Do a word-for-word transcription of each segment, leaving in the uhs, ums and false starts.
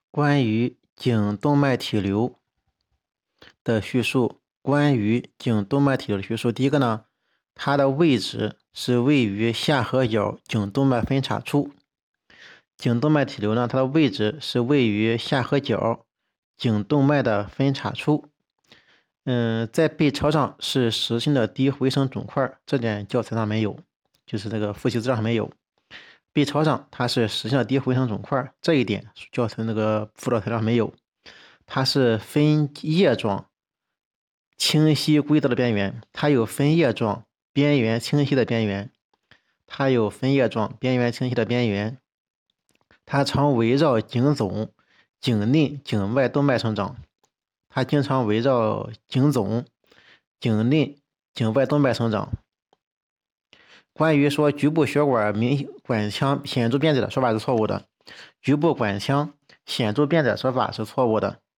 关于颈动脉体瘤的叙述，关于颈动脉体瘤的叙述，第一个呢，它的位置是位于下颌角颈动脉分叉处。颈动脉体瘤呢，它的位置是位于下颌角颈动脉的分叉处。嗯，在 B 超上是实心的低回声肿块，这点教材上没有，就是这个复习资料上没有。B 超上它是实心的低回声肿块，这一点教材那个辅导材料上没有。它是分叶状、清晰规则的边缘，它有分叶状、边缘清晰的边缘，它有分叶状、边缘清晰的边缘。它常围绕颈总、颈内、颈外动脉生长。它经常围绕颈总、颈内、颈外动脉生长。关于说局部血管明管腔显著变窄的说法是错误的，局部管腔显著变窄说法是错误的。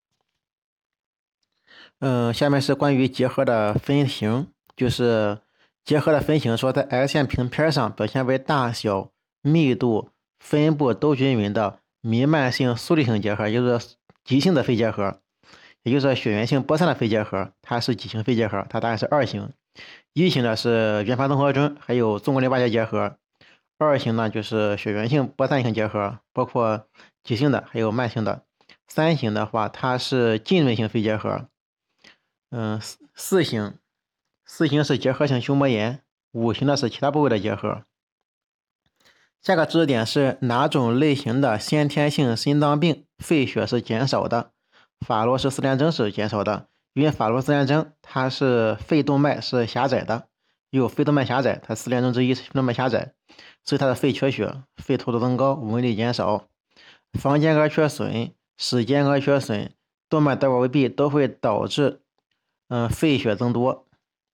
嗯，下面是关于结核的分型，就是结核的分型说在 X 线平片上表现为大小、密度、分布都均匀的弥漫性速率性结核，也就是急性的肺结核，也就是血源性播散的肺结核，它是几型肺结核？它大概是二型。一型的是原发综合征，还有纵隔淋巴结结核。二型呢就是血源性播散性结核，包括急性的还有慢性的。三型的话，它是浸润性肺结核。嗯，四四型，四型是结核性胸膜炎。五型的是其他部位的结核。下个知识点是哪种类型的先天性心脏病肺血是减少的？法罗氏四联征是减少的，因为法罗氏四联征它是肺动脉是狭窄的，有肺动脉狭窄，它四联征之一是肺动脉狭窄，所以它的肺缺血、肺透度增高、纹理减少。房间膈缺损、室间膈缺损、动脉导管未闭都会导致嗯肺血增多。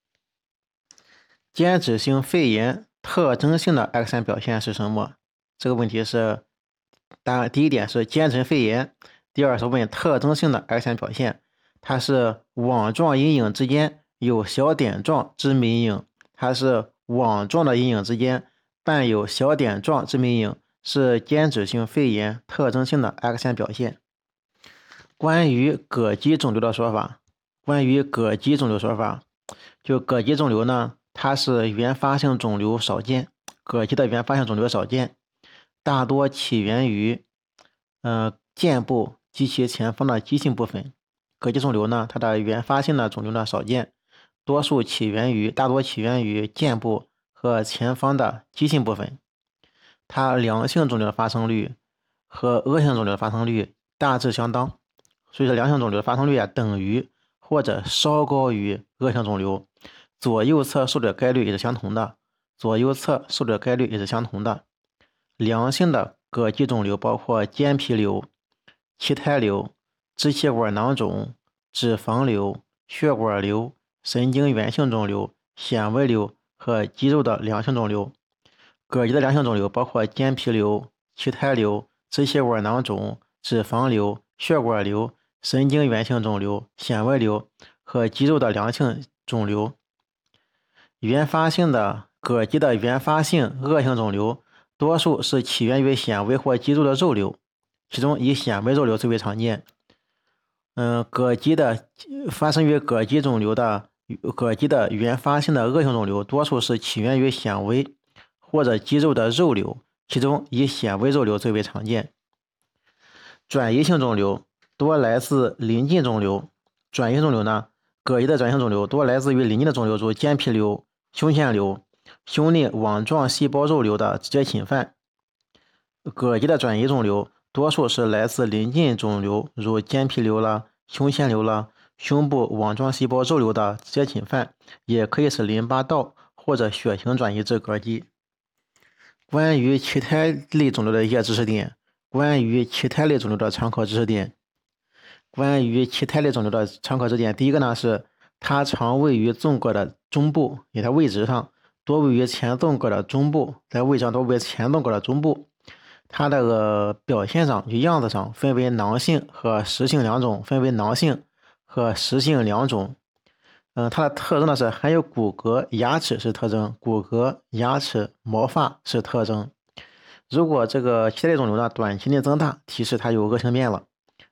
间质性肺炎特征性的 X 线表现是什么？这个问题是答案第一点是间质肺炎，第二是问特征性的 X 线表现，它是网状阴影之间有小点状致密阴影，它是网状的阴影之间伴有小点状致密阴影，是间质性肺炎特征性的 X 线表现。关于膈肌肿瘤的说法，关于膈肌肿瘤说法，就膈肌肿瘤呢，它是原发性肿瘤少见，膈肌的原发性肿瘤少见，大多起源于呃肩部及其前方的肌性部分。膈肌肿瘤呢，它的原发性的肿瘤呢少见，多数起源于大多起源于肩部和前方的肌性部分。它良性肿瘤的发生率和恶性肿瘤的发生率大致相当，所以说良性肿瘤的发生率啊等于或者稍高于恶性肿瘤，左右侧受的概率也是相同的，左右侧受的概率也是相同的。良性的膈肌肿瘤包括间皮瘤、脐胎瘤、支气管囊肿、脂肪瘤、血管瘤、神经源性肿瘤、纤维瘤和肌肉的良性肿瘤。膈肌的良性肿瘤包括间皮瘤、脐胎瘤、支气管囊肿、脂肪瘤、血管瘤、神经源性肿瘤、纤维瘤和肌肉的良性肿瘤。原发性的膈肌的原发性恶性肿瘤多数是起源于纤维或肌肉的肉瘤，其中以纤维肉瘤最为常见。嗯，膈肌的发生于膈肌肿瘤的膈肌的原发性的恶性肿瘤多数是起源于纤维或者肌肉的肉瘤，其中以纤维肉瘤最为常见。转移性肿瘤多来自邻近肿瘤，转移性肿瘤呢，膈肌的转移性肿瘤多来自于邻近的肿瘤，如间皮瘤、胸腺瘤、胸内网状细胞肉瘤的直接侵犯。膈肌的转移肿瘤多数是来自邻近肿瘤，如间皮瘤啦、胸腺瘤啦、胸部网状细胞肉瘤的直接侵犯，也可以是淋巴道或者血型转移至膈肌。关于脐胎类肿瘤的一些知识点，关于脐胎类肿瘤的常考知识点，关于脐胎类肿瘤的常考知识点，第一个呢是它常位于纵隔的中部，也在位置上多位于前纵隔的中部，在位置上多位于前纵隔的中部。它这个表现上就样子上分为囊性和实性两种，分为囊性和实性两种。嗯，它的特征呢是含有骨骼、牙齿是特征，骨骼、牙齿、毛发是特征。如果这个脐带类肿瘤呢短期内增大，提示它有恶性面了。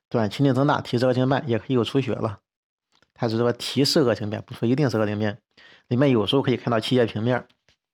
短期内增大，提示恶性瓣，也可以有出血了。它是说提示恶性瓣，不说一定是恶性瓣。里面有时候可以看到气液平面。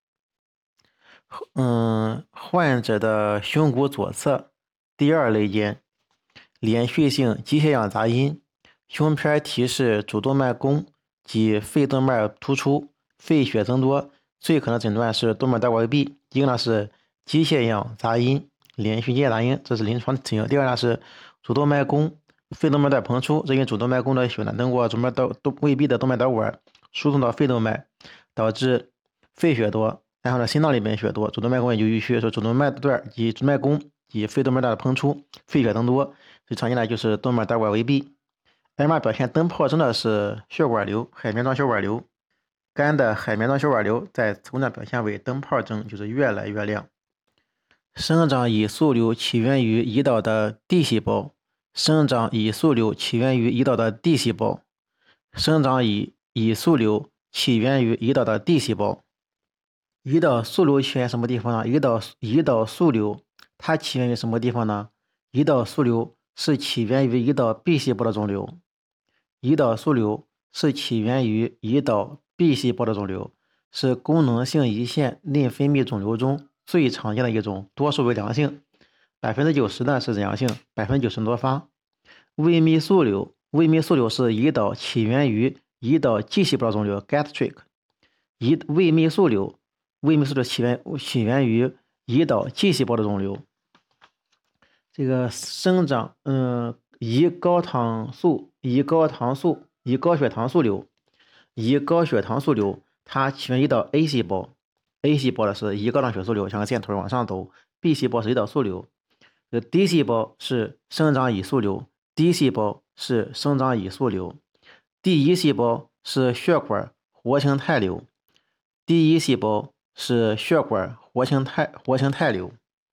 嗯，患者的胸骨左侧第二肋间连续性机械样杂音，胸片提示主动脉弓及肺动脉突出，肺血增多，最可能诊断是动脉导管未闭。一个呢是机械样杂音，连续机械杂音，这是临床情形。第二呢是主动脉弓，肺动脉段膨出，这因主动脉弓的血呢通过主动脉导未闭的动脉导管输送到肺动脉，导致肺血多，然后呢心脏里面血多，主动脉弓也就淤血，说主动脉段及主脉弓及肺动脉段的膨出，肺血增多，最常见的就是动脉导管未闭。M R 表现灯泡征的是血管瘤，海绵状血管瘤。肝的海绵状血管瘤在磁共振表现为灯泡征，就是越来越亮。生长胰素瘤起源于胰岛的 D 细胞，生长胰素瘤起源于胰岛的 D 细胞，生长胰胰素瘤起源于胰岛的 D 细胞。胰岛素瘤起源什么地方呢？胰岛胰岛素瘤它起源于什么地方呢？胰岛素瘤是起源于胰岛 B 细胞的肿瘤。胰岛素瘤是起源于胰岛 B 细胞的肿瘤，是功能性胰腺内分泌肿瘤中最常见的一种，多数为良性， 百分之九十 呢是良性， 百分之九十多发。胃泌素瘤，胃泌素瘤是胰岛起源于胰岛 G 细胞的肿瘤 gastric。胰胃泌素瘤，胃泌素瘤起源起源于胰岛 G 细胞的肿瘤。这个生长，嗯，胰高糖素、胰高糖素、胰高血糖素瘤、胰高血糖素瘤，它起源于胰岛 A 细胞 ，A 细胞的是胰高糖血素瘤，像个线头往上走 ，B 细胞是胰岛素瘤，这个 D 细胞是生长胰素瘤 ，D 细胞是生长胰素瘤 ，D 一细胞是血管活性肽瘤 ，D 一细胞是血管活性肽活性肽瘤。